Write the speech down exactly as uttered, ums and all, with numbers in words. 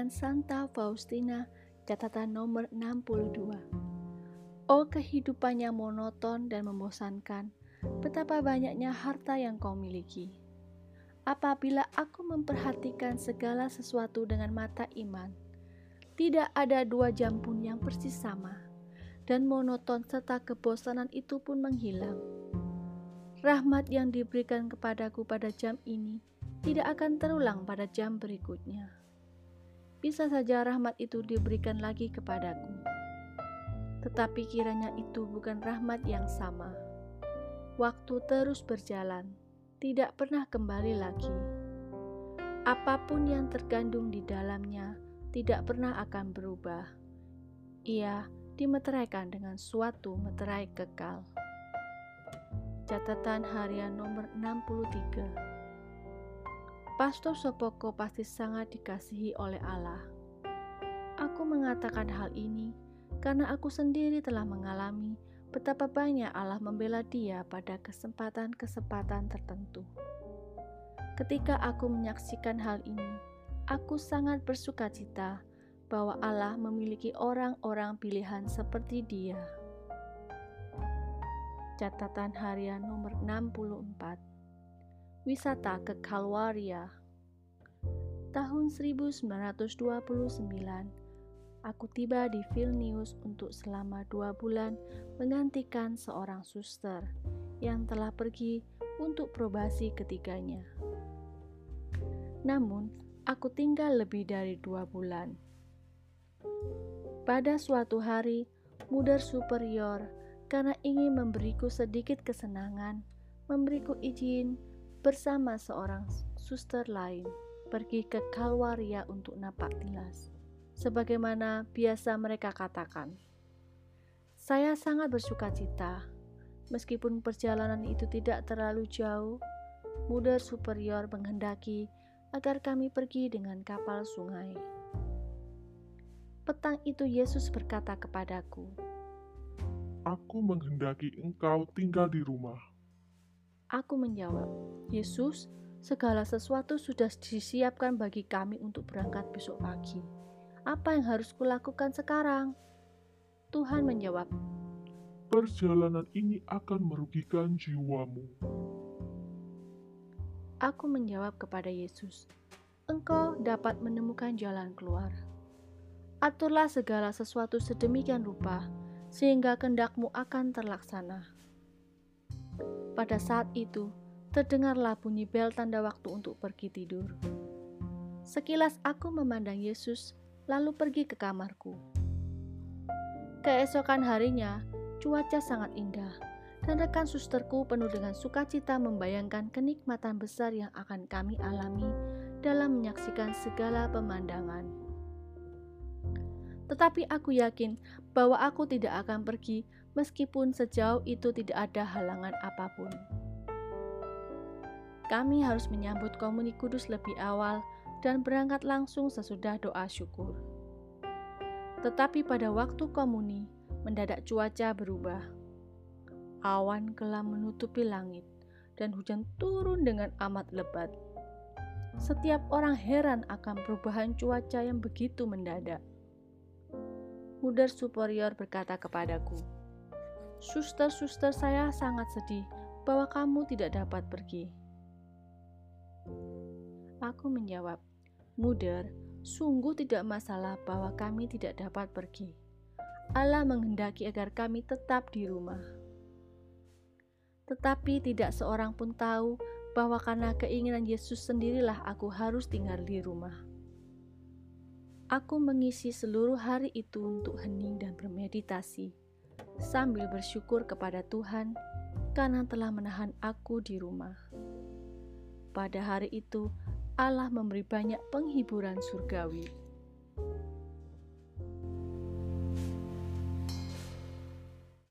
Pelayan Santa Faustina, catatan nomor enam puluh dua. Oh, kehidupannya monoton dan membosankan, betapa banyaknya harta yang kau miliki. Apabila aku memperhatikan segala sesuatu dengan mata iman, tidak ada dua jam pun yang persis sama, dan monoton serta kebosanan itu pun menghilang. Rahmat yang diberikan kepadaku pada jam ini tidak akan terulang pada jam berikutnya. Bisa saja rahmat itu diberikan lagi kepadaku, tetapi kiranya itu bukan rahmat yang sama. Waktu terus berjalan, tidak pernah kembali lagi. Apapun yang terkandung di dalamnya tidak pernah akan berubah. Ia dimeteraikan dengan suatu meterai kekal. Catatan harian nomor enam puluh tiga. Pastor Sopoko pasti sangat dikasihi oleh Allah. Aku mengatakan hal ini karena aku sendiri telah mengalami betapa banyak Allah membela dia pada kesempatan-kesempatan tertentu. Ketika aku menyaksikan hal ini, aku sangat bersukacita bahwa Allah memiliki orang-orang pilihan seperti dia. Catatan harian nomor enam puluh empat. Wisata ke Kalwaria. Tahun seribu sembilan ratus dua puluh sembilan, aku tiba di Vilnius untuk selama dua bulan menggantikan seorang suster yang telah pergi untuk probasi ketiganya. Namun, aku tinggal lebih dari dua bulan. Pada suatu hari, Mother Superior, karena ingin memberiku sedikit kesenangan, memberiku izin bersama seorang suster lain pergi ke Kalwaria untuk napak tilas, sebagaimana biasa mereka katakan. Saya sangat bersukacita, meskipun perjalanan itu tidak terlalu jauh. Mother Superior menghendaki agar kami pergi dengan kapal sungai. Petang itu Yesus berkata kepadaku, "Aku menghendaki engkau tinggal di rumah." Aku menjawab, Yesus, segala sesuatu sudah disiapkan bagi kami untuk berangkat besok pagi. Apa yang harus kulakukan sekarang? Tuhan menjawab, "Perjalanan ini akan merugikan jiwamu." Aku menjawab kepada Yesus, Engkau dapat menemukan jalan keluar. Aturlah segala sesuatu sedemikian rupa, sehingga kehendak-Mu akan terlaksana. Pada saat itu, terdengarlah bunyi bel tanda waktu untuk pergi tidur. Sekilas aku memandang Yesus, lalu pergi ke kamarku. Keesokan harinya, cuaca sangat indah, dan rekan susterku penuh dengan sukacita membayangkan kenikmatan besar yang akan kami alami dalam menyaksikan segala pemandangan. Tetapi aku yakin bahwa aku tidak akan pergi meskipun sejauh itu tidak ada halangan apapun. Kami harus menyambut komuni kudus lebih awal dan berangkat langsung sesudah doa syukur. Tetapi pada waktu komuni, mendadak cuaca berubah. Awan kelam menutupi langit dan hujan turun dengan amat lebat. Setiap orang heran akan perubahan cuaca yang begitu mendadak. Mother Superior berkata kepadaku, Suster-suster saya sangat sedih bahwa kamu tidak dapat pergi. Aku menjawab, Mother, sungguh tidak masalah bahwa kami tidak dapat pergi. Allah menghendaki agar kami tetap di rumah. Tetapi tidak seorang pun tahu bahwa karena keinginan Yesus sendirilah aku harus tinggal di rumah. Aku mengisi seluruh hari itu untuk hening dan bermeditasi, sambil bersyukur kepada Tuhan karena telah menahan aku di rumah. Pada hari itu, Allah memberi banyak penghiburan surgawi.